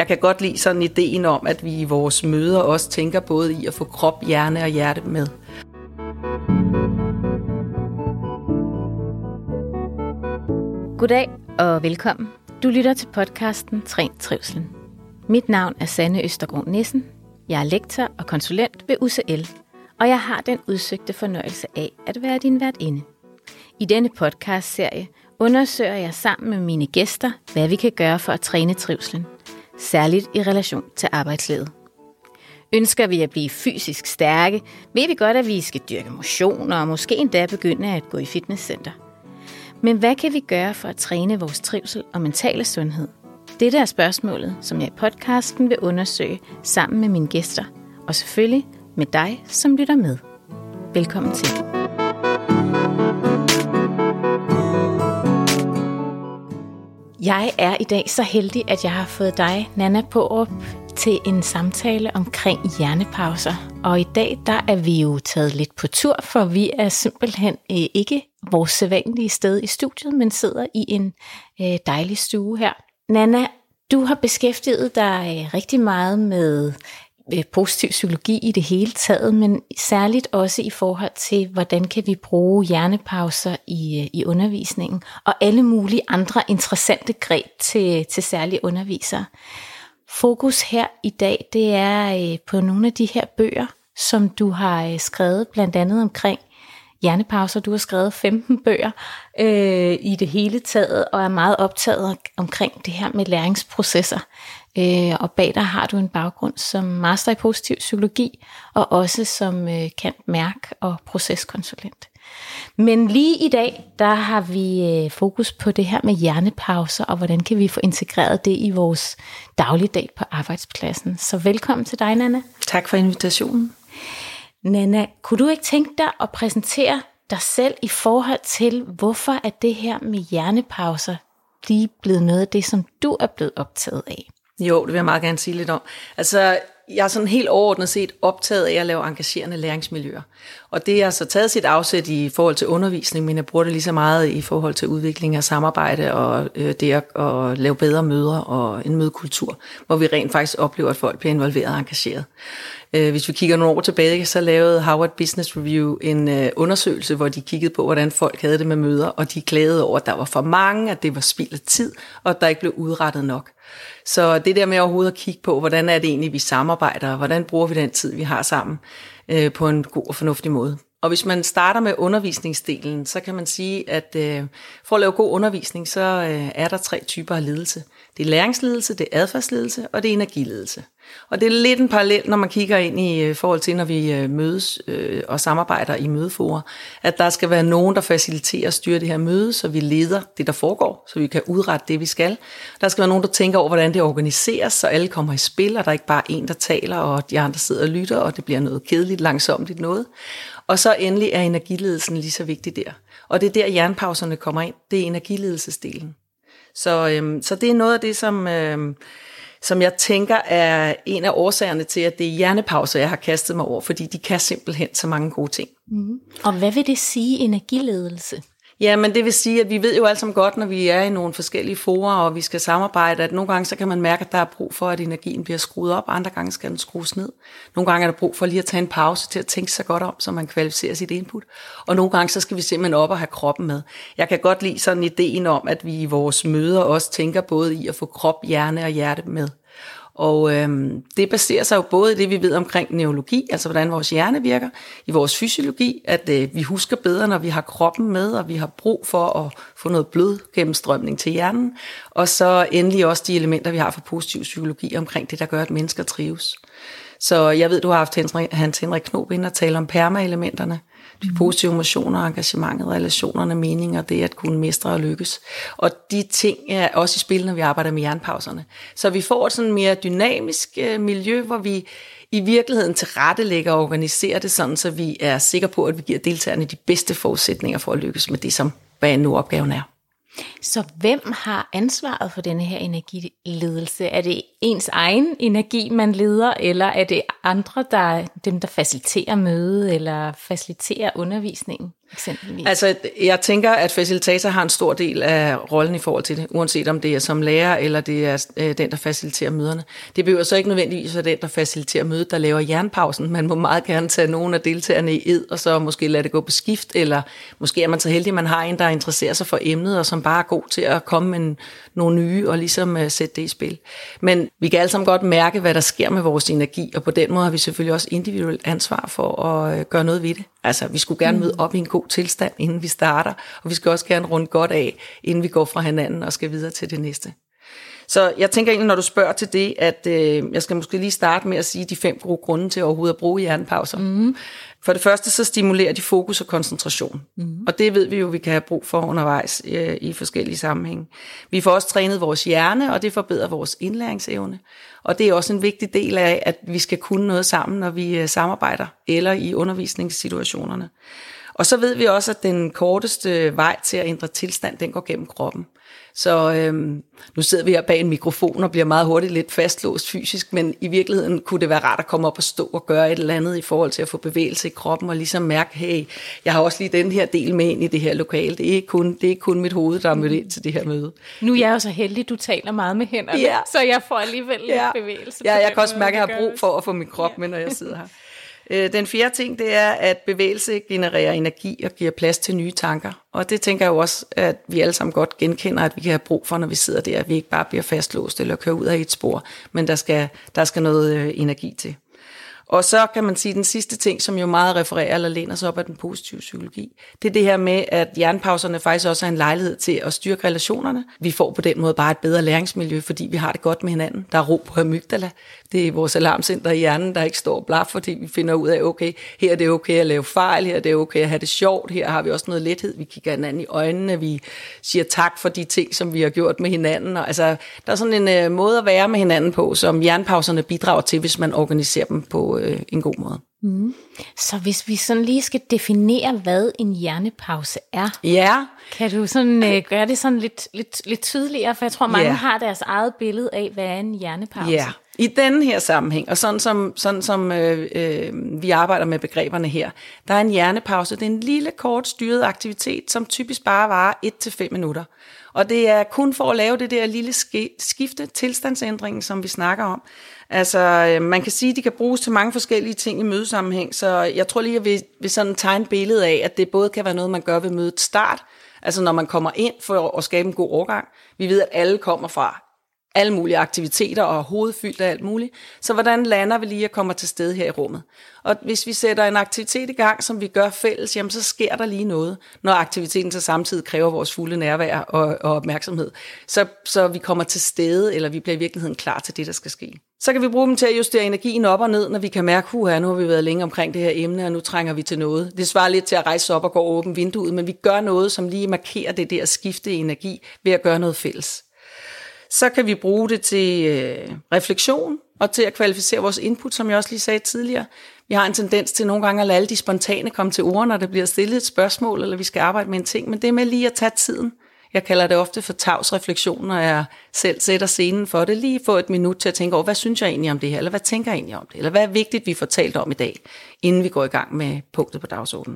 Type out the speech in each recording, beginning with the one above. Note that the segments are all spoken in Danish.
Jeg kan godt lide sådan ideen om, at vi i vores møder også tænker både i at få krop, hjerne og hjerte med. Goddag og velkommen. Du lytter til podcasten Træn Trivslen. Mit navn er Sanne Østergaard Nissen. Jeg er lektor og konsulent ved UCL, og jeg har den udsøgte fornøjelse af at være din værtinde. I denne podcastserie undersøger jeg sammen med mine gæster, hvad vi kan gøre for at træne trivslen, særligt i relation til arbejdslivet. Ønsker vi at blive fysisk stærke, ved vi godt, at vi skal dyrke motion og måske endda begynde at gå i fitnesscenter. Men hvad kan vi gøre for at træne vores trivsel og mentale sundhed? Dette er spørgsmålet, som jeg i podcasten vil undersøge sammen med mine gæster, og selvfølgelig med dig, som lytter med. Velkommen til. Jeg er i dag så heldig, at jeg har fået dig, Nanna Paarup, til en samtale omkring hjernepauser. Og i dag, der er vi jo taget lidt på tur, for vi er simpelthen ikke vores sædvanlige sted i studiet, men sidder i en dejlig stue her. Nanna, du har beskæftiget dig rigtig meget med positiv psykologi i det hele taget, men særligt også i forhold til, hvordan kan vi bruge hjernepauser i undervisningen, og alle mulige andre interessante greb til særlige undervisere. Fokus her i dag, det er på nogle af de her bøger, som du har skrevet, blandt andet omkring hjernepauser. Du har skrevet 15 bøger i det hele taget, og er meget optaget omkring det her med læringsprocesser. Og bag dig har du en baggrund som master i positiv psykologi, og også som Cand. Merc. og proceskonsulent. Men lige i dag, der har vi fokus på det her med hjernepauser, og hvordan kan vi få integreret det i vores dagligdag på arbejdspladsen. Så velkommen til dig, Nanna. Tak for invitationen. Nanna, kunne du ikke tænke dig at præsentere dig selv i forhold til, hvorfor er det her med hjernepauser lige blevet noget af det, som du er blevet optaget af? Jo, det vil jeg meget gerne sige lidt om. Altså, jeg er sådan helt overordnet set optaget af at lave engagerende læringsmiljøer. Og det har så taget sit afsæt i forhold til undervisning, men jeg bruger det lige så meget i forhold til udvikling af samarbejde og det at lave bedre møder og en mødekultur, hvor vi rent faktisk oplever, at folk bliver involveret og engageret. Hvis vi kigger nogle år tilbage, så lavede Harvard Business Review en undersøgelse, hvor de kiggede på, hvordan folk havde det med møder, og de klagede over, at der var for mange, at det var spild af tid, og at der ikke blev udrettet nok. Så det der med overhovedet at kigge på, hvordan er det egentlig, vi samarbejder, og hvordan bruger vi den tid, vi har sammen på en god og fornuftig måde. Og hvis man starter med undervisningsdelen, så kan man sige, at for at lave god undervisning, så er der 3 typer af ledelse. Det er læringsledelse, det er adfærdsledelse, og det er energiledelse. Og det er lidt en parallel, når man kigger ind i forhold til, når vi mødes og samarbejder i mødeforer, at der skal være nogen, der faciliterer og styrer det her møde, så vi leder det, der foregår, så vi kan udrette det, vi skal. Der skal være nogen, der tænker over, hvordan det organiseres, så alle kommer i spil, og der er ikke bare en, der taler, og de andre sidder og lytter, og det bliver noget kedeligt, langsomligt noget. Og så endelig er energiledelsen lige så vigtig der. Og det er der, hjernepauserne kommer ind. Det er energiledelsesdelen. Så det er noget af det, som jeg tænker er en af årsagerne til, at det er hjernepauser, jeg har kastet mig over, fordi de kan simpelthen så mange gode ting. Mm. Og hvad vil det sige, energiledelse? Ja, men det vil sige, at vi ved jo alle sammen godt, når vi er i nogle forskellige forer, og vi skal samarbejde, at nogle gange så kan man mærke, at der er brug for, at energien bliver skruet op, andre gange skal den skrues ned. Nogle gange er der brug for lige at tage en pause til at tænke sig godt om, så man kvalificerer sit input. Og nogle gange så skal vi simpelthen op og have kroppen med. Jeg kan godt lide sådan ideen om, at vi i vores møder også tænker både i at få krop, hjerne og hjerte med. Og det baserer sig jo både i det, vi ved omkring neurologi, altså hvordan vores hjerne virker, i vores fysiologi, at vi husker bedre, når vi har kroppen med, og vi har brug for at få noget blodgennemstrømning til hjernen, og så endelig også de elementer, vi har for positiv psykologi omkring det, der gør, at mennesker trives. Så jeg ved, du har haft Hans Henrik Knob inde og tale om PERMA-elementerne, de positive emotioner, engagementet, relationerne, meninger, det at kunne mestre og lykkes. Og de ting er også i spil, når vi arbejder med hjernepauserne. Så vi får et sådan mere dynamisk miljø, hvor vi i virkeligheden tilrettelægger og organiserer det sådan, så vi er sikre på, at vi giver deltagerne de bedste forudsætninger for at lykkes med det, som hvad nu opgaven er. Så hvem har ansvaret for denne her energiledelse? Er det ens egen energi, man leder, eller er det andre, dem, der faciliterer mødet, eller faciliterer undervisningen? Eksempelvis. Altså, jeg tænker, at facilitator har en stor del af rollen i forhold til det, uanset om det er som lærer, eller det er den, der faciliterer møderne. Det behøver så ikke nødvendigvis være den, der faciliterer mødet, der laver jernpausen. Man må meget gerne tage nogle af deltagerne i ed, og så måske lade det gå på skift, eller måske er man så heldig, at man har en, der interesserer sig for emnet, og som bare er god til at komme med nogle nye, og ligesom sætte det i spil. Men vi kan alle sammen godt mærke, hvad der sker med vores energi, og på den måde har vi selvfølgelig også individuelt ansvar for at gøre noget ved det. Altså, vi skulle gerne møde op i en god tilstand, inden vi starter, og vi skal også gerne runde godt af, inden vi går fra hinanden og skal videre til det næste. Så jeg tænker egentlig, når du spørger til det, at jeg skal måske lige starte med at sige de 5 gode grunde til overhovedet at bruge hjernepauser. For det første, så stimulerer de fokus og koncentration. Og det ved vi jo, vi kan have brug for undervejs i forskellige sammenhænge. Vi får også trænet vores hjerne, og det forbedrer vores indlæringsevne. Og det er også en vigtig del af, at vi skal kunne noget sammen, når vi samarbejder eller i undervisningssituationerne. Og så ved vi også, at den korteste vej til at ændre tilstand, den går gennem kroppen. Så nu sidder vi her bag en mikrofon og bliver meget hurtigt lidt fastlåst fysisk, men i virkeligheden kunne det være rart at komme op og stå og gøre et eller andet i forhold til at få bevægelse i kroppen og ligesom mærke, hey, jeg har også lige den her del med ind i det her lokale. Det er ikke kun mit hoved, der er mødt ind til det her møde. Nu er jeg jo så heldig, du taler meget med hænderne, så jeg får alligevel lidt bevægelse. Ja, jeg kan også mærke, at jeg har brug for at få min krop med, når jeg sidder her. Den fjerde ting, det er, at bevægelse genererer energi og giver plads til nye tanker. Og det tænker jeg jo også, at vi alle sammen godt genkender, at vi kan have brug for, når vi sidder der, at vi ikke bare bliver fastlåst eller kører ud af et spor, men der skal noget energi til. Og så kan man sige, den sidste ting, som jo meget refererer eller læner sig op af den positive psykologi, det er det her med, at hjernepauserne faktisk også er en lejlighed til at styrke relationerne. Vi får på den måde bare et bedre læringsmiljø, fordi vi har det godt med hinanden. Der er ro på amygdala. Det er vores alarmcenter i hjernen, der ikke står blaf, fordi vi finder ud af, okay, her er det okay at lave fejl, her er det okay at have det sjovt, her har vi også noget lethed, vi kigger hinanden i øjnene, vi siger tak for de ting, som vi har gjort med hinanden. Og altså, der er sådan en måde at være med hinanden på, som hjernepauserne bidrager til, hvis man organiserer dem på en god måde. Så hvis vi sådan lige skal definere, hvad en hjernepause er, kan du sådan gøre det sådan lidt tydeligere, for jeg tror, mange har deres eget billede af, hvad er en hjernepause. Ja, i denne her sammenhæng, og sådan som vi arbejder med begreberne her, der er en hjernepause, det er en lille kort styret aktivitet, som typisk bare varer 1-5 minutter. Og det er kun for at lave det der lille skifte, tilstandsændringen, som vi snakker om. Altså, man kan sige, at de kan bruges til mange forskellige ting i mødesammenhæng, så jeg tror lige, at vi vil sådan tegne et billede af, at det både kan være noget, man gør ved mødets start, altså når man kommer ind for at skabe en god overgang. Vi ved, at alle kommer fra alle mulige aktiviteter og er hovedfyldt af alt muligt. Så hvordan lander vi lige at komme til stede her i rummet? Og hvis vi sætter en aktivitet i gang, som vi gør fælles, jamen så sker der lige noget, når aktiviteten så samtidig kræver vores fulde nærvær og opmærksomhed. Så vi kommer til stede, eller vi bliver i virkeligheden klar til det, der skal ske. Så kan vi bruge dem til at justere energien op og ned, når vi kan mærke, nu har vi været længe omkring det her emne, og nu trænger vi til noget. Det svarer lidt til at rejse op og gå og åbne vinduet, men vi gør noget, som lige markerer det der skifte i energi ved at gøre noget fælles. Så kan vi bruge det til refleksion og til at kvalificere vores input, som jeg også lige sagde tidligere. Vi har en tendens til nogle gange at lade alle de spontane komme til ord, når der bliver stillet et spørgsmål, eller vi skal arbejde med en ting, men det er med lige at tage tiden. Jeg kalder det ofte for tavsrefleksion, når jeg selv sætter scenen for det. Lige få et minut til at tænke over, hvad synes jeg egentlig om det her, eller hvad tænker jeg egentlig om det, eller hvad er vigtigt, vi får talt om i dag, inden vi går i gang med punktet på dagsordenen.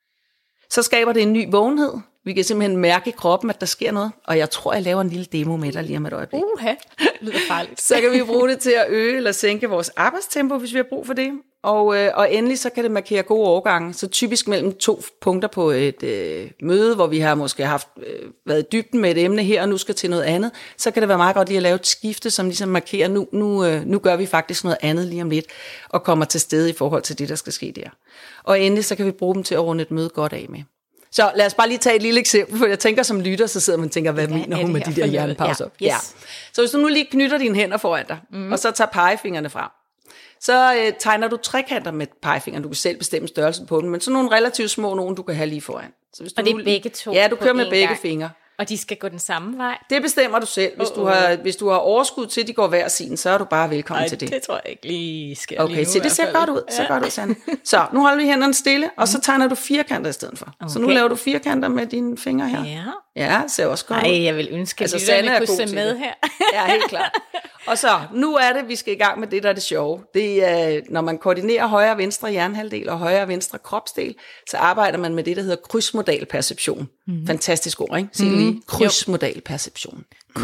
Så skaber det en ny vågenhed. Vi kan simpelthen mærke i kroppen, at der sker noget. Og jeg tror, jeg laver en lille demo med dig lige om et øjeblik. Det lyder farligt. Så kan vi bruge det til at øge eller sænke vores arbejdstempo, hvis vi har brug for det. Og endelig så kan det markere gode overgange. Så typisk mellem 2 punkter på et møde, hvor vi har måske været i dybden med et emne her, og nu skal til noget andet. Så kan det være meget godt lige at lave et skifte, som ligesom markerer, nu gør vi faktisk noget andet lige om lidt, og kommer til stede i forhold til det, der skal ske der. Og endelig så kan vi bruge dem til at runde et møde godt af med. Så lad os bare lige tage et lille eksempel, for jeg tænker som lytter, så sidder man og tænker, hvad mener hun med de der hjernepauser? Ja. Så hvis du nu lige knytter dine hænder foran dig, og så tager pegefingrene frem, så tegner du trekanter med pegefingeren. Du kan selv bestemme størrelsen på den, men sådan nogle relativt små nogen, du kan have lige foran. Så hvis og det er begge to? Ja, du kører med begge fingre. Og de skal gå den samme vej? Det bestemmer du selv. Hvis du har overskud til, at de går hver sin, så er du bare velkommen til det. Det tror jeg ikke lige sker okay, lige nu. Okay, det ser godt ud. Så godt ud, Sanne. Så nu holder vi hænderne stille, og så tegner du firkanter i stedet for. Okay. Så nu laver du firkanter med dine fingre her. Ja, ser også godt ud. Ej, jeg vil ønske, at lytterne kunne se med her. Ja, helt klart. Og så, nu er det, vi skal i gang med det, der er det sjove. Det er, når man koordinerer højre og venstre hjernehalvdel og højre og venstre kropsdel, så arbejder man med det, der hedder krydsmodalperception. Fantastisk ord, ikke? Sig lige. Krydsmodalperception.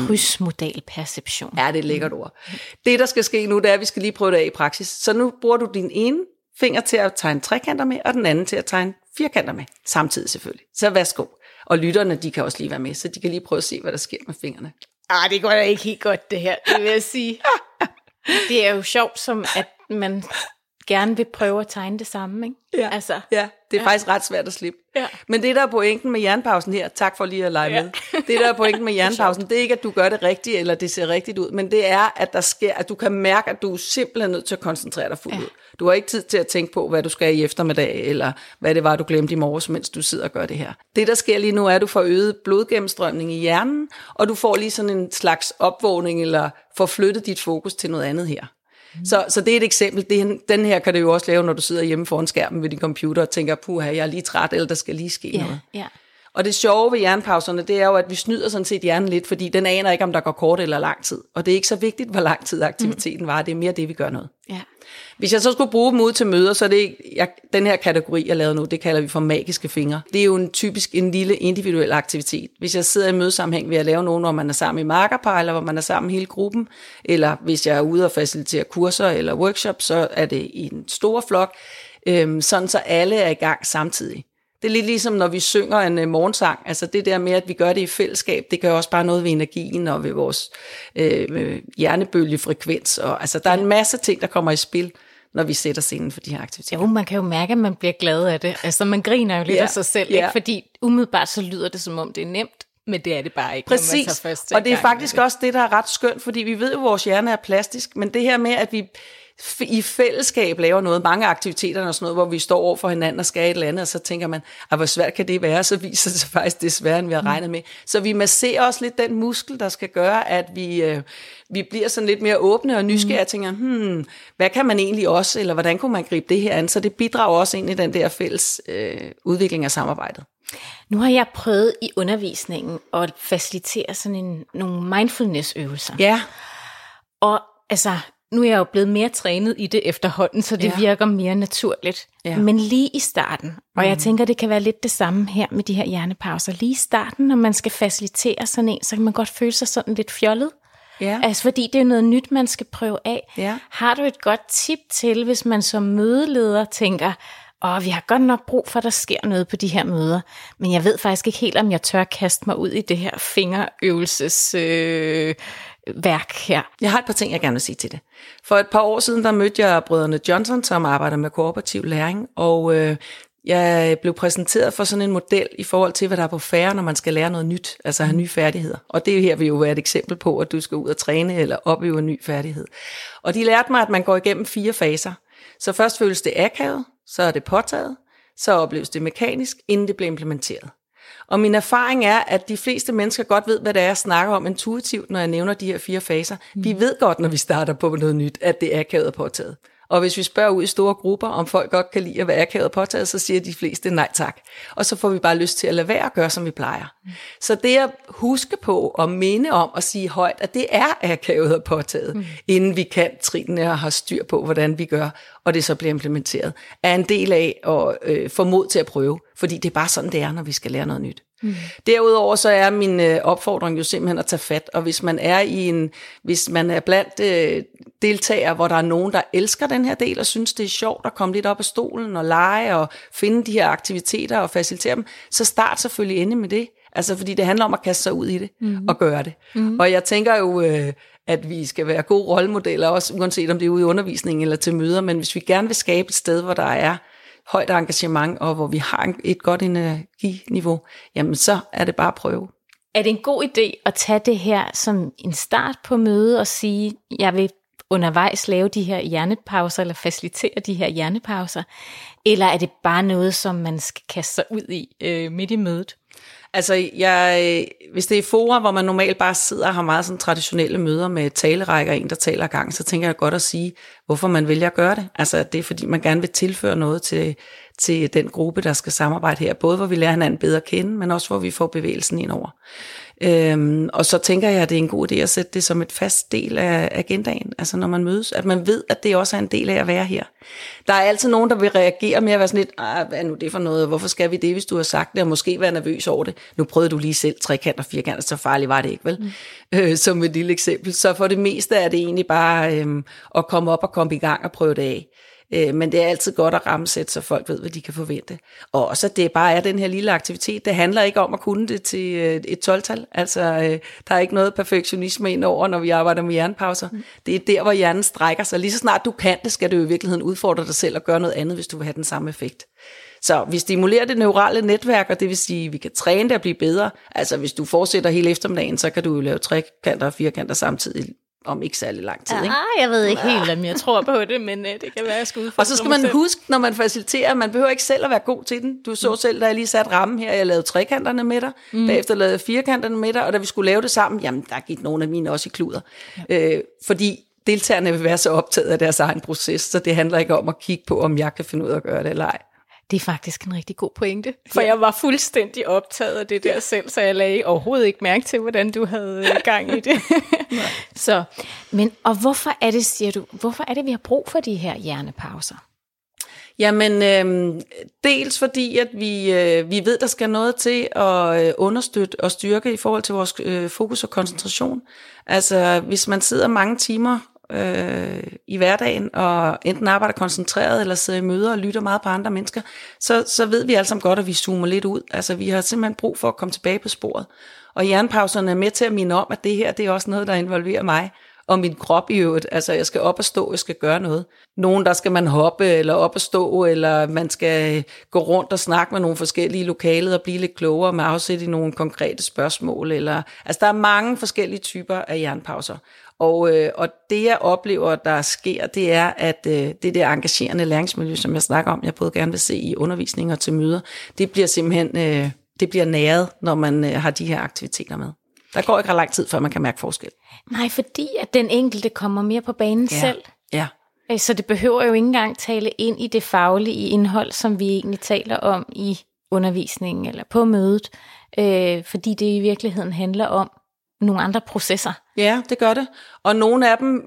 Krydsmodalperception. Ja, det er et lækkert ord. Det, der skal ske nu, det er, at vi skal lige prøve det af i praksis. Så nu bruger du din ene finger til at tegne trekanter med, og den anden til at tegne firkanter med. Samtidig selvfølgelig. Så værsgo. Og lytterne, de kan også lige være med, så de kan lige prøve at se, hvad der sker med fingrene. Det går da ikke helt godt, det her, det vil jeg sige. Det er jo sjovt, som at man gerne vil prøve at tegne det samme, ikke? Ja, det er faktisk ret svært at slippe. Ja. Men det, der er pointen med hjernepausen her, tak for lige at lege med. Det, der er pointen med hjernepausen, det er ikke, at du gør det rigtigt, eller det ser rigtigt ud, men det er, at der sker, at du kan mærke, at du er simpelthen nødt til at koncentrere dig fuldt ud. Du har ikke tid til at tænke på, hvad du skal i eftermiddag, eller hvad det var, du glemte i morges, mens du sidder og gør det her. Det, der sker lige nu, er, at du får øget blodgennemstrømning i hjernen, og du får lige sådan en slags opvågning, eller får flyttet dit fokus til noget andet her. Så det er et eksempel. Den her kan du jo også lave, når du sidder hjemme foran skærmen ved din computer og tænker, puha, jeg er lige træt, eller der skal lige ske noget. Ja. Og det sjove ved hjernepauserne, det er jo, at vi snyder sådan set hjernen lidt, fordi den aner ikke, om der går kort eller lang tid. Og det er ikke så vigtigt, hvor lang tid aktiviteten var. Det er mere det, vi gør noget. Ja. Hvis jeg så skulle bruge dem ud til møder, så er det den her kategori, jeg lavede nu, det kalder vi for magiske fingre. Det er jo en lille individuel aktivitet. Hvis jeg sidder i mødesammenhæng, vil jeg lave nogen, hvor man er sammen i makkerpar, eller hvor man er sammen hele gruppen, eller hvis jeg er ude og facilitere kurser eller workshops, så er det i en stor flok, sådan så alle er i gang samtidig. Det er lidt ligesom, når vi synger en morgensang. Altså det der med, at vi gør det i fællesskab, det gør også bare noget ved energien og ved vores hjernebølgefrekvens. Og, altså, der er en masse ting, der kommer i spil, når vi sætter scenen for de her aktiviteter. Jo, man kan jo mærke, at man bliver glad af det. Altså man griner jo lidt af sig selv, ikke? Fordi umiddelbart så lyder det, som om det er nemt. Men det er det bare ikke. Præcis, og det er faktisk også det, der er ret skønt, fordi vi ved jo, at vores hjerne er plastisk, men det her med, at vi i fællesskab laver noget, mange aktiviteter og sådan noget, hvor vi står over for hinanden og skal et eller andet, og så tænker man, hvor svært kan det være, så viser det sig faktisk, det er sværere, end vi har regnet med. Så vi masserer også lidt den muskel, der skal gøre, at vi bliver sådan lidt mere åbne og nysgerrige og tænker, hvad kan man egentlig også, eller hvordan kunne man gribe det her an? Så det bidrager også ind i den der fælles udvikling af samarbejdet. Nu har jeg prøvet i undervisningen at facilitere sådan nogle mindfulness-øvelser. Ja. Og altså, nu er jeg jo blevet mere trænet i det efterhånden, så det virker mere naturligt. Ja. Men lige i starten, og jeg tænker, det kan være lidt det samme her med de her hjernepauser. Lige i starten, når man skal facilitere sådan en, så kan man godt føle sig sådan lidt fjollet. Ja. Altså fordi det er noget nyt, man skal prøve af. Ja. Har du et godt tip til, hvis man som mødeleder tænker, vi har godt nok brug for, at der sker noget på de her møder, men jeg ved faktisk ikke helt, om jeg tør kaste mig ud i det her fingerøvelsesværk her. Jeg har et par ting, jeg gerne vil sige til det. For et par år siden, der mødte jeg brødrene Johnson, som arbejder med kooperativ læring, og jeg blev præsenteret for sådan en model i forhold til, hvad der er på færre, når man skal lære noget nyt, altså have nye færdigheder. Og det her vil jo være et eksempel på, at du skal ud og træne eller opøve en ny færdighed. Og de lærte mig, at man går igennem 4 faser. Så først føles det akavet, så er det påtaget, så opleves det mekanisk, inden det bliver implementeret. Og min erfaring er, at de fleste mennesker godt ved, hvad det er, jeg snakker om intuitivt, når jeg nævner de her 4 faser. Vi ved godt, når vi starter på noget nyt, at det er akavet og påtaget. Og hvis vi spørger ud i store grupper, om folk godt kan lide at være akavet og påtaget, så siger de fleste nej tak. Og så får vi bare lyst til at lade være at gøre, som vi plejer. Så det at huske på og minde om at sige højt, at det er akavet og påtaget, inden vi kan trinene og har styr på, hvordan vi gør, og det så bliver implementeret, er en del af at få mod til at prøve. Fordi det er bare sådan, det er, når vi skal lære noget nyt. Derudover så er min opfordring jo simpelthen at tage fat, og hvis man er blandt deltagere, hvor der er nogen, der elsker den her del og synes, det er sjovt at komme lidt op af stolen og lege og finde de her aktiviteter og facilitere dem, så start selvfølgelig inde med det. Altså fordi det handler om at kaste sig ud i det og gøre det. Og jeg tænker jo, at vi skal være gode rollemodeller, også uanset om det er ude i undervisning eller til møder, men hvis vi gerne vil skabe et sted, hvor der er højt engagement, og hvor vi har et godt energiniveau, jamen så er det bare at prøve. Er det en god idé at tage det her som en start på mødet og sige, jeg vil undervejs lave de her hjernepauser, eller facilitere de her hjernepauser, eller er det bare noget, som man skal kaste sig ud i midt i mødet? Altså, hvis det er fora, hvor man normalt bare sidder og har meget sådan traditionelle møder med talerækker, en der taler gang, så tænker jeg godt at sige, hvorfor man vælger at gøre det. Altså, det er fordi, man gerne vil tilføre noget til den gruppe, der skal samarbejde her. Både hvor vi lærer hinanden bedre at kende, men også hvor vi får bevægelsen ind over. Og så tænker jeg, at det er en god idé at sætte det som et fast del af agendaen, altså når man mødes, at man ved, at det også er en del af at være her. Der er altid nogen, der vil reagere med at være sådan lidt, hvad er nu det for noget, hvorfor skal vi det, hvis du har sagt det, og måske være nervøs over det. Nu prøvede du lige selv trekant og firkant, så farligt var det ikke, vel? Som et lille eksempel. Så for det meste er det egentlig bare at komme op og komme i gang og prøve det af. Men det er altid godt at rammesætte, så folk ved, hvad de kan forvente. Og også, at det bare er den her lille aktivitet. Det handler ikke om at kunne det til et 12-tal. Altså, der er ikke noget perfektionisme ind over, når vi arbejder med hjernepauser. Det er der, hvor hjernen strækker sig. Lige så snart du kan det, skal du i virkeligheden udfordre dig selv og gøre noget andet, hvis du vil have den samme effekt. Så vi stimulerer det neurale netværk, og det vil sige, at vi kan træne det at blive bedre. Altså, hvis du fortsætter hele eftermiddagen, så kan du jo lave trekanter og firkanter samtidig om ikke særlig lang tid. Ikke? Jeg ved ikke helt, om jeg tror på det, men det kan være, jeg skal udfordre. Og så skal man huske, når man faciliterer, man behøver ikke selv at være god til den. Du så selv, da jeg lige satte rammen her, jeg lavede trekanterne med dig, bagefter lavede jeg firkanterne med dig, og da vi skulle lave det sammen, jamen der gik nogle af mine også i kluder. Fordi deltagerne vil være så optaget af deres egen proces, så det handler ikke om at kigge på, om jeg kan finde ud af at gøre det eller ej. Det er faktisk en rigtig god pointe, for jeg var fuldstændig optaget af det der selv, så jeg lagde overhovedet ikke mærke til, hvordan du havde gang i det. Så, og hvorfor er det, siger du, hvorfor er det, vi har brug for de her hjernepauser? Jamen, dels fordi, at vi ved, der skal noget til at understøtte og styrke i forhold til vores fokus og koncentration. Altså, hvis man sidder mange timer i hverdagen, og enten arbejder koncentreret, eller sidder i møder og lytter meget på andre mennesker, så ved vi alle sammen godt, at vi zoomer lidt ud. Altså, vi har simpelthen brug for at komme tilbage på sporet. Og hjernepauserne er med til at minde om, at det her, det er også noget, der involverer mig, og min krop i øvrigt. Altså, jeg skal op og stå, jeg skal gøre noget. Nogen, der skal man hoppe, eller op og stå, eller man skal gå rundt og snakke med nogle forskellige lokaler, og blive lidt klogere med afsæt i nogle konkrete spørgsmål. Altså, der er mange forskellige typer af hjernepauser. Og det, jeg oplever, der sker, det er, at det der engagerende læringsmiljø, som jeg snakker om, jeg både gerne vil se i undervisning og til møder, det bliver simpelthen det bliver næret, når man har de her aktiviteter med. Der går ikke ret lang tid, før man kan mærke forskel. Nej, fordi at den enkelte kommer mere på banen selv. Ja. Så det behøver jo ikke engang tale ind i det faglige indhold, som vi egentlig taler om i undervisningen eller på mødet, fordi det i virkeligheden handler om nogle andre processer. Ja, det gør det. Og nogle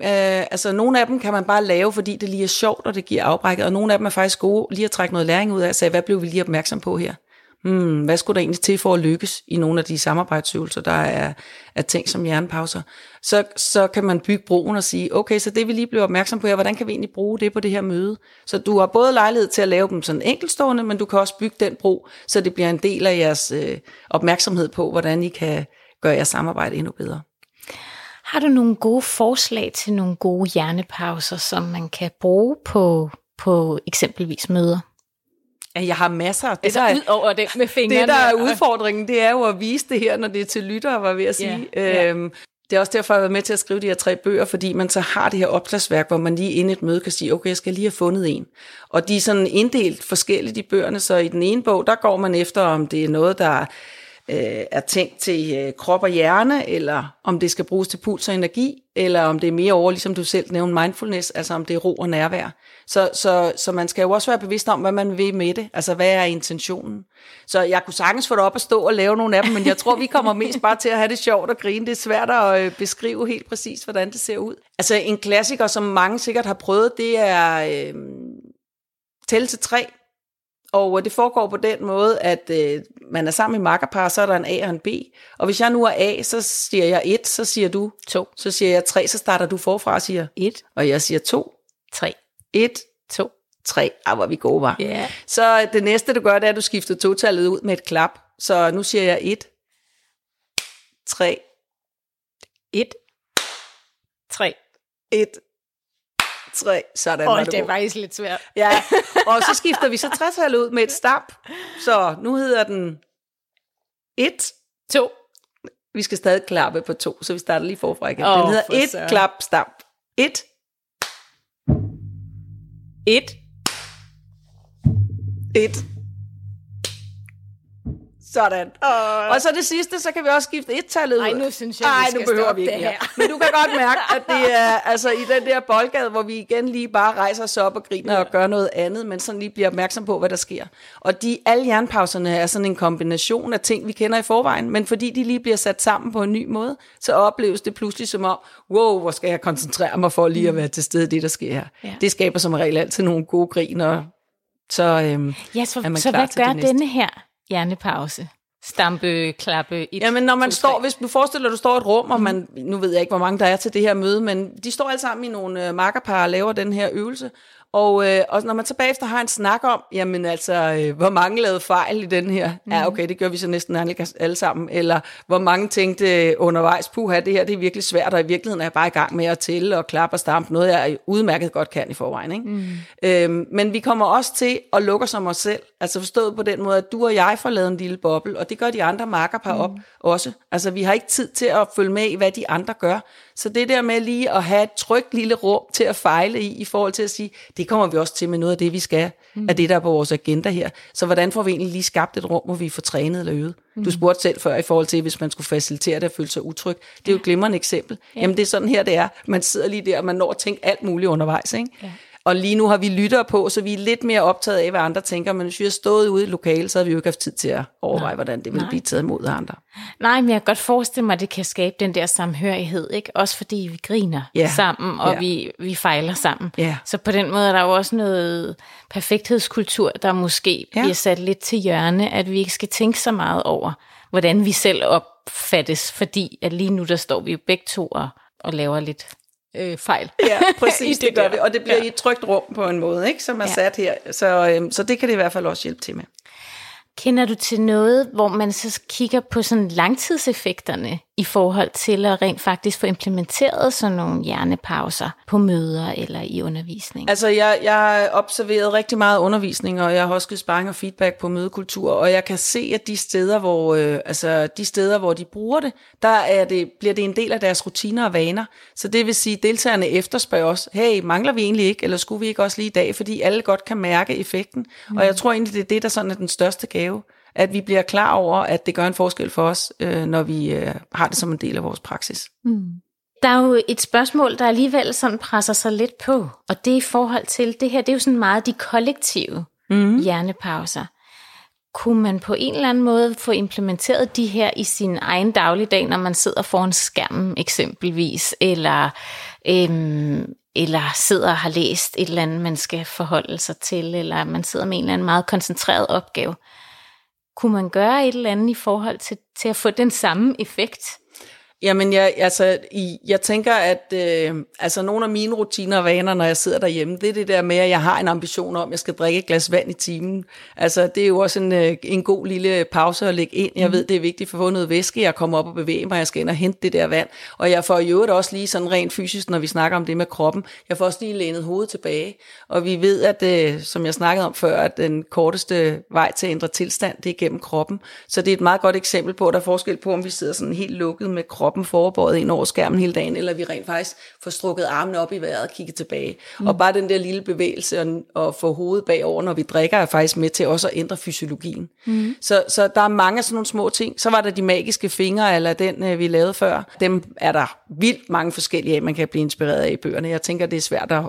af dem kan man bare lave, fordi det lige er sjovt, og det giver afbrækket. Og nogle af dem er faktisk gode lige at trække noget læring ud af, og sige, hvad blev vi lige opmærksom på her? Hvad skulle der egentlig til for at lykkes i nogle af de samarbejdsøvelser, der er ting som hjernepauser? Så kan man bygge broen og sige, okay, så det vi lige blev opmærksom på her, hvordan kan vi egentlig bruge det på det her møde? Så du har både lejlighed til at lave dem sådan enkeltstående, men du kan også bygge den bro, så det bliver en del af jeres opmærksomhed på, hvordan I kan gøre jeres samarbejde endnu bedre. Har du nogle gode forslag til nogle gode hjernepauser, som man kan bruge på eksempelvis møder? Ja, jeg har masser. Ud over det med fingrene. Det, der er udfordringen, det er jo at vise det her, når det er til lyttere, var ved at sige. Det er også derfor, jeg har været med til at skrive de her 3 bøger, fordi man så har det her opslagsværk, hvor man lige inden et møde kan sige, okay, jeg skal lige have fundet en. Og de er sådan inddelt forskelligt i bøgerne, så i den ene bog, der går man efter, om det er noget, der er tænkt til krop og hjerne, eller om det skal bruges til puls og energi, eller om det er mere over, ligesom du selv nævnte, mindfulness, altså om det er ro og nærvær. Så man skal jo også være bevidst om, hvad man vil med det, altså hvad er intentionen. Så jeg kunne sagtens få det op at stå og lave nogle af dem, men jeg tror, vi kommer mest bare til at have det sjovt og grine. Det er svært at beskrive helt præcis, hvordan det ser ud. Altså en klassiker, som mange sikkert har prøvet, det er tælle til 3. Og det foregår på den måde, at man er sammen i makkerpar, så er der en A og en B. Og hvis jeg nu er A, så siger jeg 1, så siger du 2. Så siger jeg 3, så starter du forfra og siger 1. Og jeg siger 2. 3. 1, 2, 3. Hvor vi gode var. Yeah. Så det næste, du gør, det er, at du skifter totallet ud med et klap. Så nu siger jeg 1, 3, 1, 3, 1, 3, sådan var det. Det er faktisk lidt svært. Ja, og så skifter vi så 3-tallet ud med et stamp. Så nu hedder den 1, 2. Vi skal stadig klappe på 2, så vi starter lige forfra igen. Den hedder 1, klap, stamp. 1. 1. 1. Sådan. Og så det sidste, så kan vi også skifte et-tallet ud. Ej, nu synes jeg, vi skal stoppe det her. Men du kan godt mærke, at det er altså i den der boldgade, hvor vi igen lige bare rejser os op og griner og gør noget andet, men sådan lige bliver opmærksom på, hvad der sker. Og alle hjernepauserne er sådan en kombination af ting, vi kender i forvejen, men fordi de lige bliver sat sammen på en ny måde, så opleves det pludselig som om, wow, hvor skal jeg koncentrere mig for lige at være til stede i det, der sker her. Ja. Det skaber som regel altid nogle gode griner, så er man så klar hvad til gør det næste. denne her hjernepause? Stampe, klappe, Jamen når man står, hvis du forestiller dig, du står i et rum, og man, nu ved jeg ikke, hvor mange der er til det her møde, men de står alle sammen i nogle makkerpar og laver den her øvelse, og når man så bagefter har en snak om, jamen altså, hvor mange lavede fejl i den her, ja okay, det gør vi så næsten alle sammen, eller hvor mange tænkte undervejs, puha, det her det er virkelig svært, og i virkeligheden er jeg bare i gang med at tælle og klappe og stampe, noget jeg udmærket godt kan i forvejen, ikke? Men vi kommer også til at lukke os om os selv, altså forstået på den måde, at du og jeg får lavet en lille boble, og det gør de andre makkerpar op også, altså vi har ikke tid til at følge med i, hvad de andre gør, så det der med lige at have et trygt lille rum til at fejle i forhold til at sige, det kommer vi også til med noget af det, vi skal, af det, der er på vores agenda her. Så hvordan får vi egentlig lige skabt et rum, hvor vi får trænet eller øvet? Du spurgte selv før i forhold til, hvis man skulle facilitere det og føle sig utryg. Det er jo et glimrende eksempel. Jamen det er sådan her, det er. Man sidder lige der, og man når at tænke alt muligt undervejs, ikke? Ja. Og lige nu har vi lyttere på, så vi er lidt mere optaget af, hvad andre tænker. Men hvis vi har stået ude i lokalet, så har vi jo ikke haft tid til at overveje, hvordan det vil blive taget imod af andre. Nej, men jeg kan godt forestille mig, at det kan skabe den der samhørighed, ikke? Også fordi vi griner sammen, og vi fejler sammen. Yeah. Så på den måde er der jo også noget perfekthedskultur, der måske bliver sat lidt til hjørne, at vi ikke skal tænke så meget over, hvordan vi selv opfattes, fordi at lige nu der står vi jo begge to og laver lidt fejl. Ja, præcis, det gør vi. Og det bliver i et trygt rum på en måde, ikke, som er sat her. Så det kan det i hvert fald også hjælpe til med. Kender du til noget, hvor man så kigger på sådan langtidseffekterne i forhold til at rent faktisk få implementeret sådan nogle hjernepauser på møder eller i undervisning? Altså, jeg har observeret rigtig meget undervisning, og jeg har også givet sparring og feedback på mødekultur, og jeg kan se, at de steder, hvor de bruger det, bliver det en del af deres rutiner og vaner. Så det vil sige, at deltagerne efterspørger også, hey, mangler vi egentlig ikke, eller skulle vi ikke også lige i dag, fordi alle godt kan mærke effekten. Og jeg tror egentlig, det er det, der sådan er den største gave, at vi bliver klar over, at det gør en forskel for os, når vi har det som en del af vores praksis. Der er jo et spørgsmål, der alligevel sådan presser sig lidt på, og det er i forhold til det her, det er jo sådan meget de kollektive hjernepauser. Kunne man på en eller anden måde få implementeret de her i sin egen dagligdag, når man sidder foran skærmen eksempelvis, eller sidder og har læst et eller andet, man skal forholde sig til, eller man sidder med en eller anden meget koncentreret opgave. Kunne man gøre et eller andet i forhold til at få den samme effekt? Jamen, jeg tænker, at nogle af mine rutiner og vaner, når jeg sidder derhjemme, det er det der med, at jeg har en ambition om, at jeg skal drikke et glas vand i timen. Altså, det er jo også en god lille pause at lægge ind. Jeg ved, det er vigtigt for at få noget væske. Jeg kommer op og bevæger mig, jeg skal ind og hente det der vand. Og jeg får jo også lige sådan rent fysisk, når vi snakker om det med kroppen, jeg får også lige lænet hovedet tilbage. Og vi ved, at som jeg snakkede om før, at den korteste vej til at ændre tilstand, det er gennem kroppen. Så det er et meget godt eksempel på, at der er forskel på, om vi sidder sådan helt lukket med kroppen forbøjet ind over skærmen hele dagen, eller vi rent faktisk får strukket armene op i vejret og kigget tilbage. Og bare den der lille bevægelse og få hovedet bagover, når vi drikker, er faktisk med til også at ændre fysiologien. Så der er mange af sådan nogle små ting. Så var der de magiske fingre, eller den vi lavede før. Dem er der vildt mange forskellige af, man kan blive inspireret af i bøgerne. Jeg tænker, det er svært at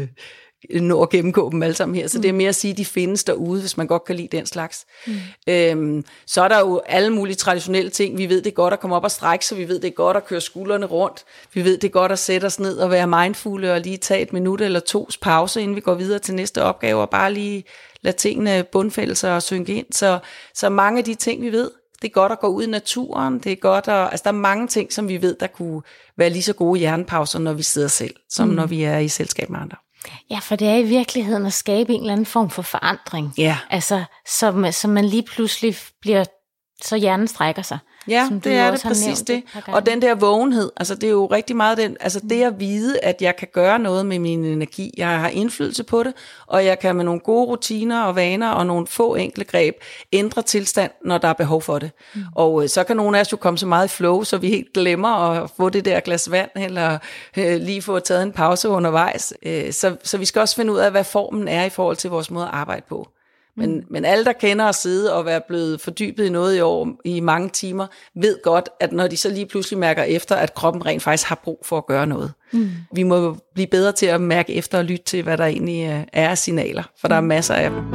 nå at gennemgå dem alle sammen her. Så det er mere at sige, at de findes derude, hvis man godt kan lide den slags. Så er der jo alle mulige traditionelle ting. Vi ved, det er godt at komme op og strække sig. Vi ved, det er godt at køre skuldrene rundt. Vi ved, det er godt at sætte os ned og være mindfulde og lige tage et minut eller tos pause, inden vi går videre til næste opgave, og bare lige lade tingene bundfælde sig og synke ind. Så mange af de ting, vi ved, det er godt at gå ud i naturen. Det er godt der er mange ting, som vi ved, der kunne være lige så gode hjernepauser, når vi sidder selv, som når vi er i selskab med andre. Ja, for det er i virkeligheden at skabe en eller anden form for forandring. Ja. Altså, så man lige pludselig bliver, så hjernen strækker sig. Ja, det er det præcis det. Og den der vågenhed, altså det er jo rigtig meget den, altså det at vide, at jeg kan gøre noget med min energi, jeg har indflydelse på det, og jeg kan med nogle gode rutiner og vaner og nogle få enkle greb ændre tilstand, når der er behov for det. Og så kan nogle af os jo komme så meget i flow, så vi helt glemmer at få det der glas vand, eller lige få taget en pause undervejs. Så vi skal også finde ud af, hvad formen er i forhold til vores måde at arbejde på. Men alle, der kender at sidde og være blevet fordybet i noget i år i mange timer, ved godt, at når de så lige pludselig mærker efter, at kroppen rent faktisk har brug for at gøre noget. Vi må blive bedre til at mærke efter og lytte til, hvad der egentlig er af signaler, for der er masser af dem.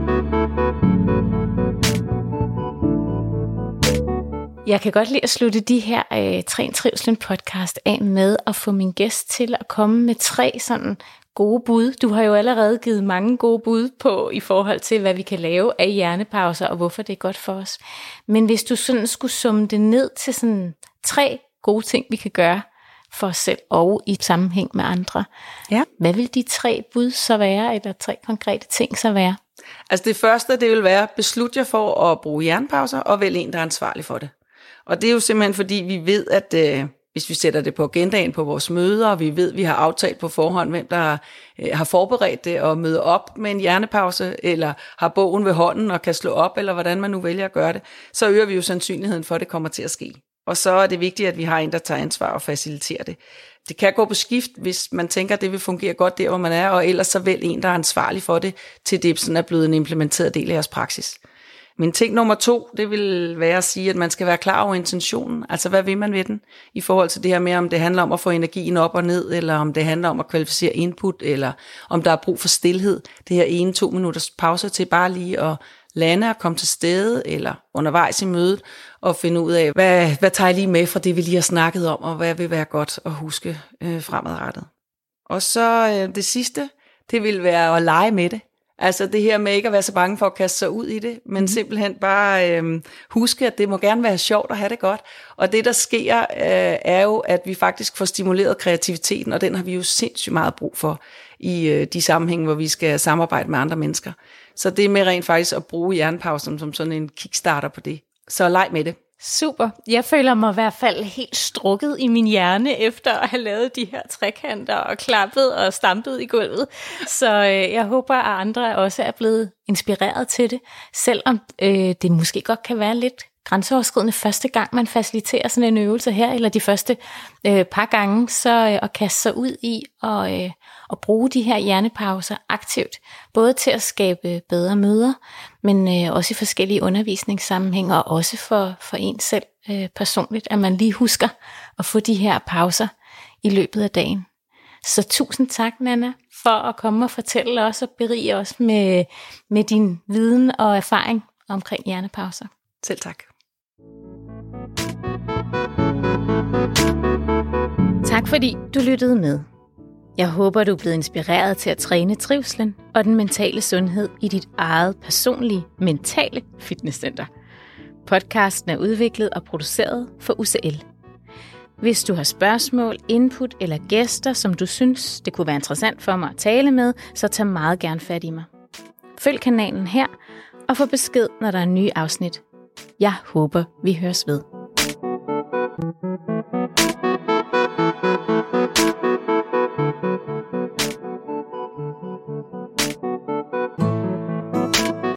Jeg kan godt lide at slutte de her Træn Trivslen podcast af med at få min gæst til at komme med 3 sådan gode bud. Du har jo allerede givet mange gode bud på i forhold til, hvad vi kan lave af hjernepauser og hvorfor det er godt for os. Men hvis du sådan skulle summe det ned til sådan 3 gode ting, vi kan gøre for os selv og i sammenhæng med andre. Ja. Hvad vil de 3 bud så være, eller 3 konkrete ting så være? Altså det første, det vil være, beslut jer for at bruge hjernepauser, og vælg en, der er ansvarlig for det. Og det er jo simpelthen fordi, vi ved, at hvis vi sætter det på agendaen på vores møder, og vi ved, at vi har aftalt på forhånd, hvem der har forberedt det og møder op med en hjernepause, eller har bogen ved hånden og kan slå op, eller hvordan man nu vælger at gøre det, så øger vi jo sandsynligheden for, at det kommer til at ske. Og så er det vigtigt, at vi har en, der tager ansvar og faciliterer det. Det kan gå på skift, hvis man tænker, at det vil fungere godt der, hvor man er, og ellers så vælg en, der er ansvarlig for det, til det sådan er blevet en implementeret del af jeres praksis. Men ting nummer 2, det vil være at sige, at man skal være klar over intentionen. Altså, hvad vil man ved den? I forhold til det her med, om det handler om at få energien op og ned, eller om det handler om at kvalificere input, eller om der er brug for stilhed. Det her 1-2 minutters pause til bare lige at lande og komme til stede, eller undervejs i mødet, og finde ud af, hvad tager jeg lige med fra det, vi lige har snakket om, og hvad vil være godt at huske fremadrettet. Og så det sidste, det vil være at lege med det. Altså det her med ikke at være så bange for at kaste sig ud i det, men simpelthen bare huske, at det må gerne være sjovt at have det godt. Og det, der sker, er jo, at vi faktisk får stimuleret kreativiteten, og den har vi jo sindssygt meget brug for i de sammenhænge, hvor vi skal samarbejde med andre mennesker. Så det er med rent faktisk at bruge hjernepausen som sådan en kickstarter på det. Så leg med det. Super. Jeg føler mig i hvert fald helt strukket i min hjerne efter at have lavet de her trekanter og klappet og stampet i gulvet. Så jeg håber, at andre også er blevet inspireret til det, selvom det måske godt kan være lidt grænseoverskridende første gang, man faciliterer sådan en øvelse her, eller de første par gange, så at kaste sig ud i og bruge de her hjernepauser aktivt, både til at skabe bedre møder, men også i forskellige undervisningssammenhænge, og også for en selv personligt, at man lige husker at få de her pauser i løbet af dagen. Så tusind tak, Nanna, for at komme og fortælle os og berige os med din viden og erfaring omkring hjernepauser. Selv tak. Tak fordi du lyttede med. Jeg håber, du er blevet inspireret til at træne trivslen og den mentale sundhed i dit eget personlige mentale fitnesscenter. Podcasten er udviklet og produceret for UCL. Hvis du har spørgsmål, input eller gæster, som du synes, det kunne være interessant for mig at tale med, så tag meget gerne fat i mig. Følg kanalen her og få besked, når der er nye afsnit. Jeg håber, vi høres ved.